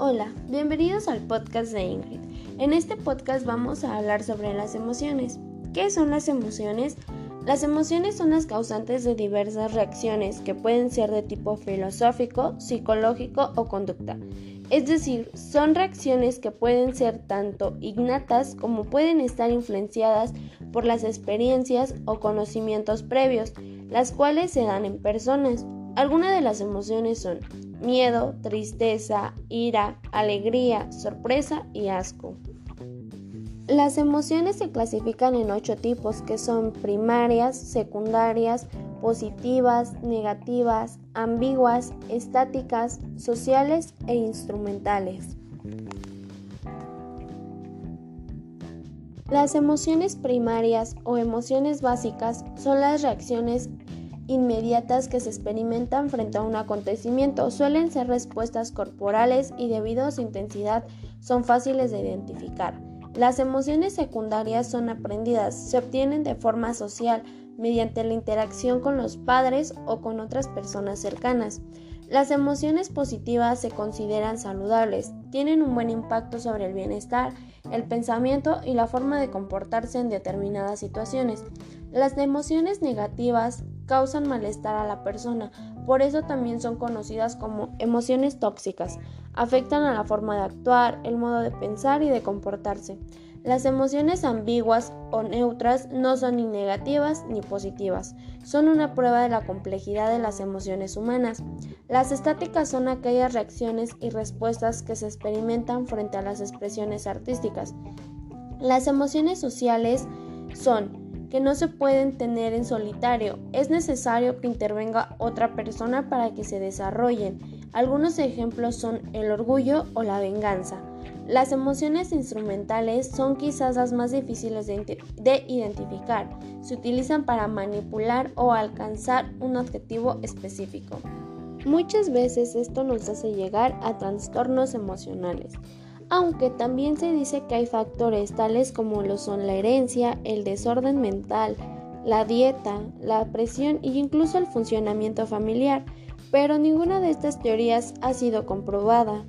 Hola, bienvenidos al podcast de Ingrid. En este podcast vamos a hablar sobre las emociones. ¿Qué son las emociones? Las emociones son las causantes de diversas reacciones que pueden ser de tipo filosófico, psicológico o conducta. Es decir, son reacciones que pueden ser tanto innatas como pueden estar influenciadas por las experiencias o conocimientos previos, las cuales se dan en personas. Algunas de las emociones son miedo, tristeza, ira, alegría, sorpresa y asco. Las emociones se clasifican en 8 tipos que son primarias, secundarias, positivas, negativas, ambiguas, estáticas, sociales e instrumentales. Las emociones primarias o emociones básicas son las reacciones inmediatas que se experimentan frente a un acontecimiento. Suelen ser respuestas corporales y debido a su intensidad son fáciles de identificar. Las emociones secundarias son aprendidas, se obtienen de forma social mediante la interacción con los padres o con otras personas cercanas. Las emociones positivas se consideran saludables, tienen un buen impacto sobre el bienestar, el pensamiento y la forma de comportarse en determinadas situaciones. Las emociones negativas causan malestar a la persona, por eso también son conocidas como emociones tóxicas. Afectan a la forma de actuar, el modo de pensar y de comportarse. Las emociones ambiguas o neutras no son ni negativas ni positivas, son una prueba de la complejidad de las emociones humanas. Las estáticas son aquellas reacciones y respuestas que se experimentan frente a las expresiones artísticas. Las emociones sociales son que no se pueden tener en solitario, es necesario que intervenga otra persona para que se desarrollen. Algunos ejemplos son el orgullo o la venganza. Las emociones instrumentales son quizás las más difíciles de identificar. Se utilizan para manipular o alcanzar un objetivo específico. Muchas veces esto nos hace llegar a trastornos emocionales, aunque también se dice que hay factores tales como lo son la herencia, el desorden mental, la dieta, la presión e incluso el funcionamiento familiar, pero ninguna de estas teorías ha sido comprobada.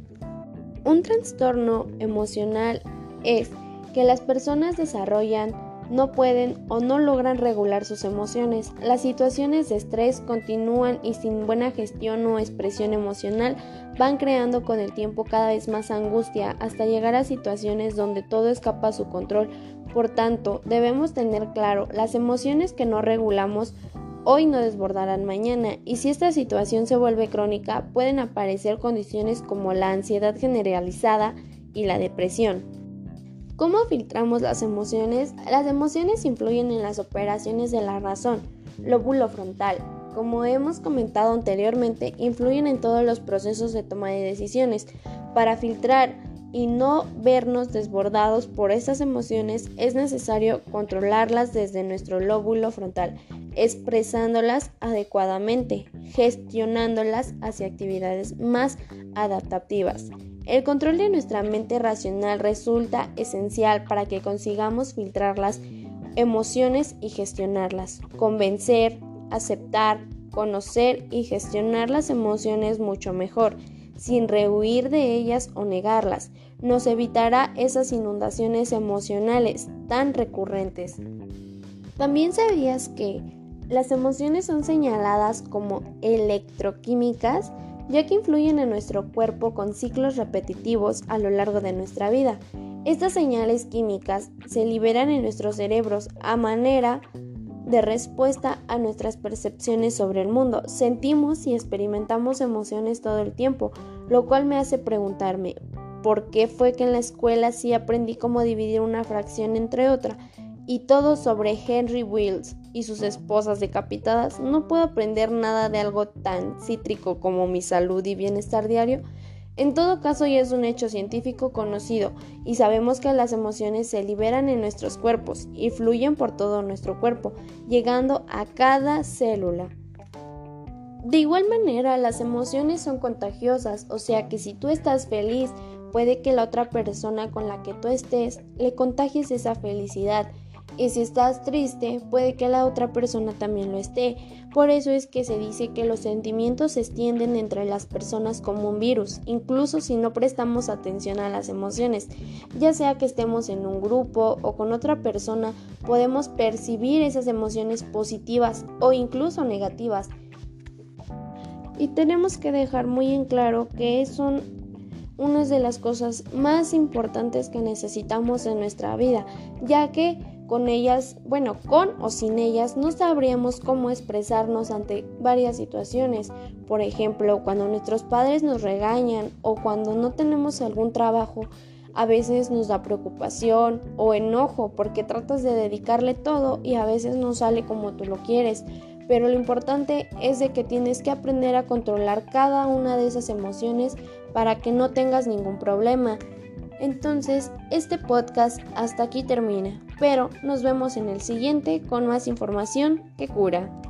Un trastorno emocional es que las personas desarrollan, no pueden o no logran regular sus emociones. Las situaciones de estrés continúan y sin buena gestión o expresión emocional van creando con el tiempo cada vez más angustia hasta llegar a situaciones donde todo escapa a su control. Por tanto, debemos tener claro, las emociones que no regulamos hoy no desbordarán mañana, y si esta situación se vuelve crónica, pueden aparecer condiciones como la ansiedad generalizada y la depresión. ¿Cómo filtramos las emociones? Las emociones influyen en las operaciones de la razón, lóbulo frontal. Como hemos comentado anteriormente, influyen en todos los procesos de toma de decisiones. Para filtrar y no vernos desbordados por estas emociones, es necesario controlarlas desde nuestro lóbulo frontal, expresándolas adecuadamente, gestionándolas hacia actividades más adaptativas. El control de nuestra mente racional resulta esencial para que consigamos filtrar las emociones y gestionarlas. Convencer, aceptar, conocer y gestionar las emociones mucho mejor, sin rehuir de ellas o negarlas. Nos evitará esas inundaciones emocionales tan recurrentes. ¿También sabías que las emociones son señaladas como electroquímicas, ya que influyen en nuestro cuerpo con ciclos repetitivos a lo largo de nuestra vida? Estas señales químicas se liberan en nuestros cerebros a manera de respuesta a nuestras percepciones sobre el mundo. Sentimos y experimentamos emociones todo el tiempo, lo cual me hace preguntarme, ¿por qué fue que en la escuela sí aprendí cómo dividir una fracción entre otra? Y todo sobre Henry Wills y sus esposas decapitadas, ¿no puedo aprender nada de algo tan cítrico como mi salud y bienestar diario? En todo caso, ya es un hecho científico conocido y sabemos que las emociones se liberan en nuestros cuerpos y fluyen por todo nuestro cuerpo, llegando a cada célula. De igual manera, las emociones son contagiosas, o sea que si tú estás feliz, puede que la otra persona con la que tú estés le contagies esa felicidad. Y si estás triste, puede que la otra persona también lo esté. Por eso es que se dice que los sentimientos se extienden entre las personas como un virus, incluso si no prestamos atención a las emociones. Ya sea que estemos en un grupo o con otra persona, podemos percibir esas emociones positivas o incluso negativas. Y tenemos que dejar muy en claro que son una de las cosas más importantes que necesitamos en nuestra vida, ya que con o sin ellas, no sabríamos cómo expresarnos ante varias situaciones. Por ejemplo, cuando nuestros padres nos regañan o cuando no tenemos algún trabajo, a veces nos da preocupación o enojo porque tratas de dedicarle todo y a veces no sale como tú lo quieres. Pero lo importante es de que tienes que aprender a controlar cada una de esas emociones para que no tengas ningún problema. Entonces, este podcast hasta aquí termina, pero nos vemos en el siguiente con más información que cura.